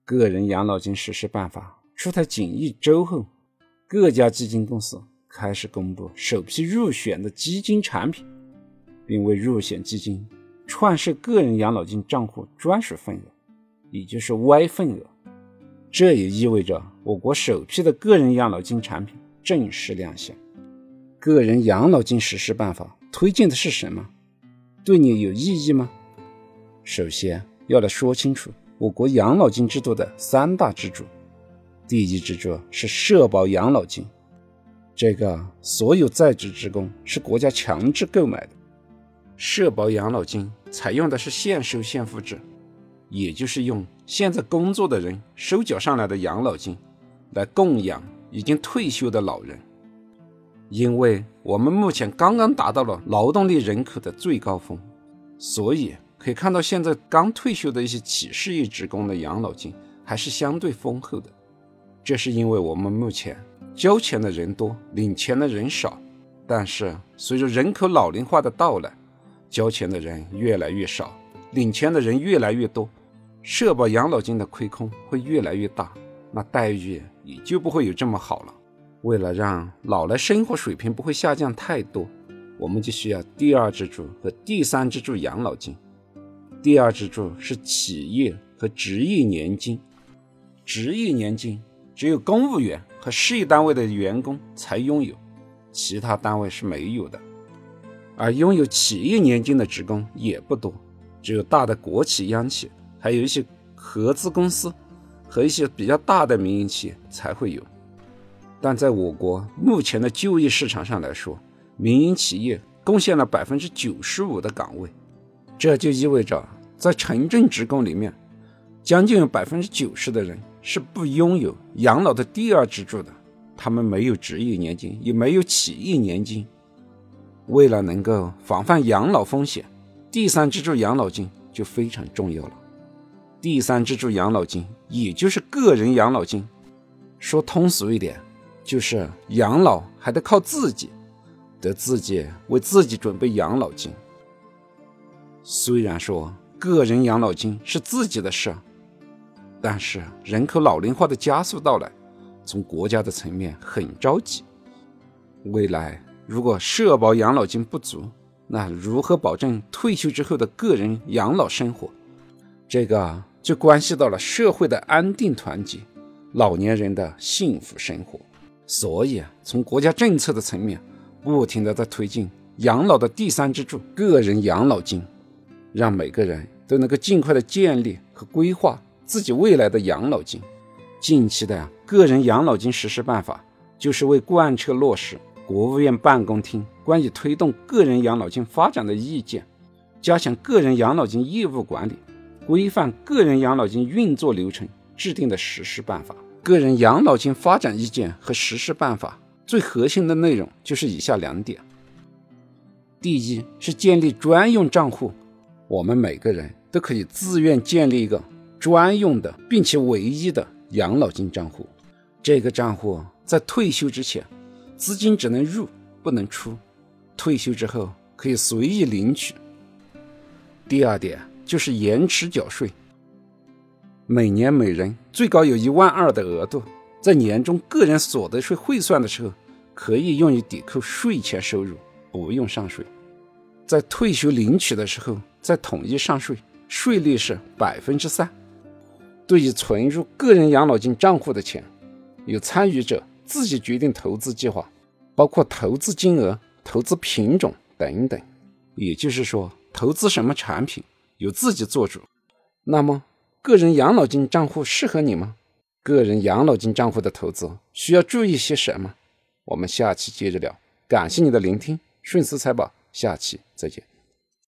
个人养老金实施办法出台仅1周后，各家基金公司开始公布首批入选的基金产品，并为入选基金创设个人养老金账户专属份额，也就是 Y 份额。这也意味着我国首批的个人养老金产品正式亮相。个人养老金实施办法推荐的是什么？对你有意义吗？首先要来说清楚我国养老金制度的3大支柱。第一支柱是社保养老金，这个所有在职职工是国家强制购买的。社保养老金采用的是现收现付制，也就是用现在工作的人收缴上来的养老金来供养已经退休的老人。因为我们目前刚刚达到了劳动力人口的最高峰，所以可以看到现在刚退休的一些企事业职工的养老金还是相对丰厚的。这是因为我们目前交钱的人多，领钱的人少，但是随着人口老龄化的到来，交钱的人越来越少，领钱的人越来越多，社保养老金的亏空会越来越大，那待遇也就不会有这么好了。为了让老来生活水平不会下降太多，我们就需要第2支柱和第3支柱养老金。第2支柱是企业和职业年金。职业年金只有公务员和事业单位的员工才拥有，其他单位是没有的。而拥有企业年金的职工也不多，只有大的国企央企，还有一些合资公司和一些比较大的民营企业才会有。但在我国目前的就业市场上来说，民营企业贡献了 95% 的岗位，这就意味着在城镇职工里面，将近有 90% 的人是不拥有养老的第2支柱的，他们没有职业年金，也没有企业年金。为了能够防范养老风险，第3支柱养老金就非常重要了。第3支柱养老金也就是个人养老金，说通俗一点，就是养老还得靠自己，得自己为自己准备养老金。虽然说个人养老金是自己的事，但是人口老龄化的加速到来，从国家的层面很着急。未来如果社保养老金不足，那如何保证退休之后的个人养老生活？这个就关系到了社会的安定团结，老年人的幸福生活。所以从国家政策的层面，不停地在推进养老的第3支柱个人养老金，让每个人都能够尽快的建立和规划自己未来的养老金。近期的个人养老金实施办法，就是为贯彻落实国务院办公厅关于推动个人养老金发展的意见，加强个人养老金业务管理，规范个人养老金运作流程制定的实施办法。个人养老金发展意见和实施办法最核心的内容就是以下2点。第一是建立专用账户，我们每个人都可以自愿建立一个专用的并且唯一的养老金账户。这个账户在退休之前，资金只能入不能出，退休之后可以随意领取。第2点就是延迟缴税，每年每人最高有12000的额度，在年终个人所得税汇算的时候，可以用于抵扣税前收入，不用上税。在退休领取的时候再统一上税，税率是 3%。 对于存入个人养老金账户的钱，由参与者自己决定投资计划，包括投资金额、投资品种等等，也就是说投资什么产品由自己做主。那么个人养老金账户适合你吗？个人养老金账户的投资需要注意些什么？我们下期接着聊。感谢你的聆听，顺思财宝，下期再见。